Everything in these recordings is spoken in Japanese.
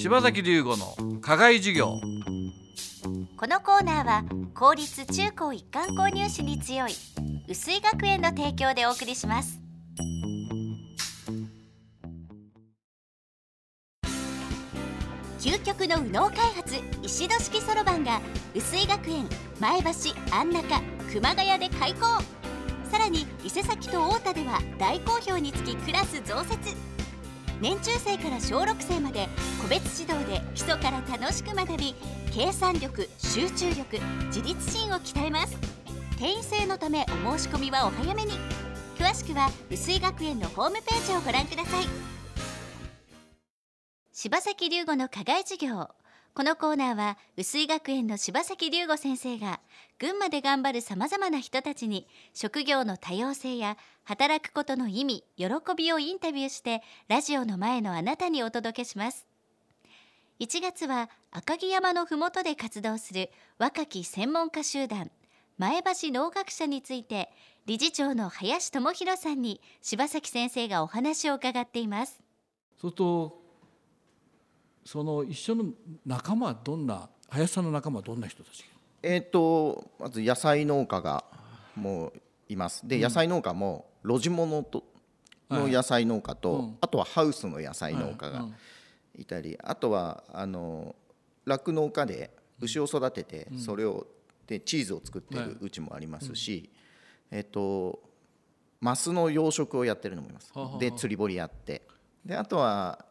柴崎龍吾の課外授業。 このコーナーは公立中高一貫購入士に強い薄井学園の提供でお送りします。究極の右脳開発石戸式そろばんが薄井学園、前橋、安中、熊谷で開講。さらに伊勢崎と太田では大好評につきクラス増設。年中生から小6生まで個別指導で基礎から楽しく学び、計算力、集中力、自立心を鍛えます。定員制のためお申し込みはお早めに。詳しくは薄井学園のホームページをご覧ください。柴崎龍吾の課外授業。このコーナーは薄井学園の柴崎龍吾先生が群馬で頑張るさまざまな人たちに職業の多様性や働くことの意味、喜びをインタビューしてラジオの前のあなたにお届けします。1月は赤城山のふもとで活動する若き専門家集団前橋農学者について理事長の林智博さんに柴崎先生がお話を伺っています。 そうするとその一緒の仲間は林さんの仲間はどんな人たち？ まず野菜農家がもういます。で、野菜農家も露地物の野菜農家と、あとはハウスの野菜農家がいたり、あとは酪農家で牛を育ててそれをでチーズを作っているうちもありますし、マスの養殖をやってるのもいます。で、釣り堀やって、であとは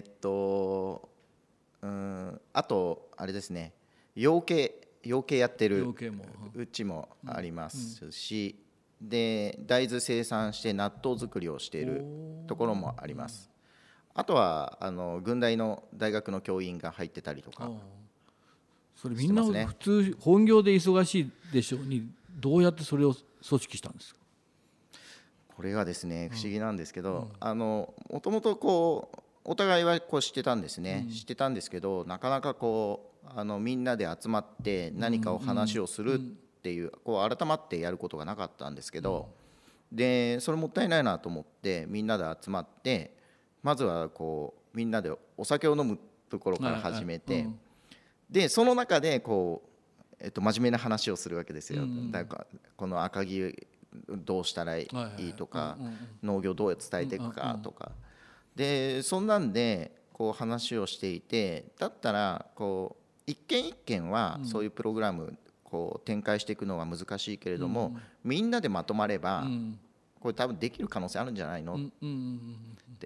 あとあれですね、養鶏やってるうちもありますし、で大豆生産して納豆作りをしているところもあります。あとは軍大の大学の教員が入ってたりとか。 それみんな普通本業で忙しいでしょうに、どうやってそれを組織したんですか？ これがですね、不思議なんですけど、もともとこうお互いはこう知ってたんですね、知ってたんですけど、なかなかこうみんなで集まって何かを話をするっていう、こう改まってやることがなかったんですけど、でそれもったいないなと思ってみんなで集まって、まずはこうみんなでお酒を飲むところから始めて、でその中でこう、真面目な話をするわけですよ。だからこの赤城どうしたらいいとか、農業どう伝えていくかとか、でそんなんでこう話をしていて、だったらこう一軒一軒はそういうプログラムこう展開していくのは難しいけれども、みんなでまとまればこれ多分できる可能性あるんじゃないのって。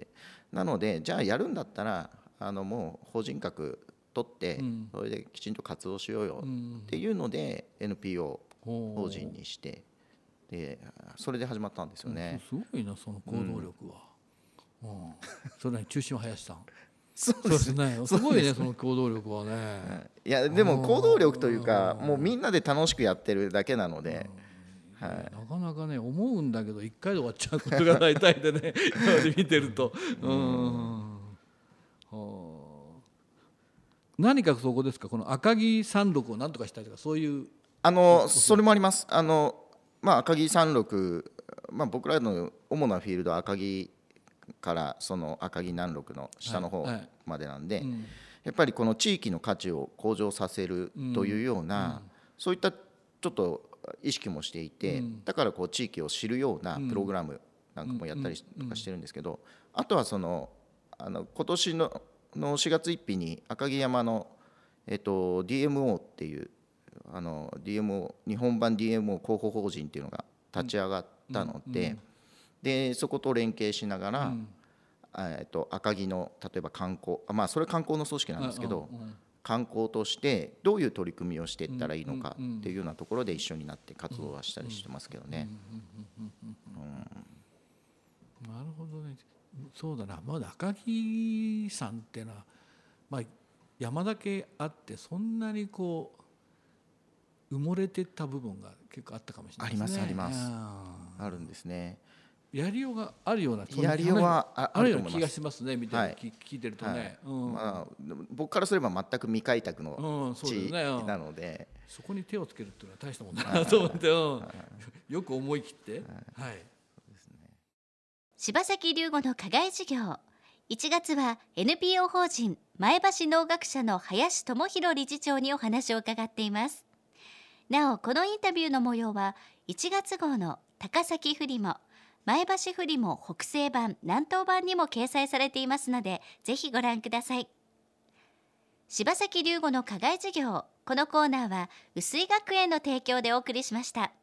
なのでじゃあやるんだったらもう法人格取ってそれできちんと活動しようよっていうので NPO 法人にして、でそれで始まったんですよね。 すごいな、その行動力は。それは中心は林さん。 そうですね。 すごいね、その行動力はね。 いやでも行動力というか、もうみんなで楽しくやってるだけなので、 なかなかね思うんだけど一回で終わっちゃうことが大体でね見てると、何かそこですか、この赤城山麓を何とかしたいとか、そういうそれもあります。赤城山麓、僕らの主なフィールドは赤城からその赤城南麓の下の方までなんで、やっぱりこの地域の価値を向上させるというような、そういったちょっと意識もしていて、だからこう地域を知るようなプログラムなんかもやったりとかしてるんですけど、あとは今年の4月1日に赤城山のDMO っていうDMO 日本版 DMO 広報法人っていうのが立ち上がったので、でそこと連携しながら、赤城の例えば観光、それ観光の組織なんですけど、観光としてどういう取り組みをしていったらいいのかっていうようなところで一緒になって活動はしたりしてますけどね。 なるほどね。そうだな、まだ赤城山っていうのは、山だけあってそんなにこう埋もれてた部分が結構あったかもしれないですね。 ありますあるんですね。 やりようがあるような、 やりようはあるような気がしますね、見て聞いてるとね。 僕からすれば全く未開拓の地なので、 そこに手をつけるっていうのは大したもんだなと思って、よく思い切って。 柴崎龍吾の課外授業。 1月は NPO 法人前橋農学者の林智博理事長にお話を伺っています。なお、このインタビューの模様は1月号の高崎フリモ、前橋フリモ北西版南東版にも掲載されていますので、ぜひご覧ください。柴崎龍吾の課外授業、このコーナーは薄井学園の提供でお送りしました。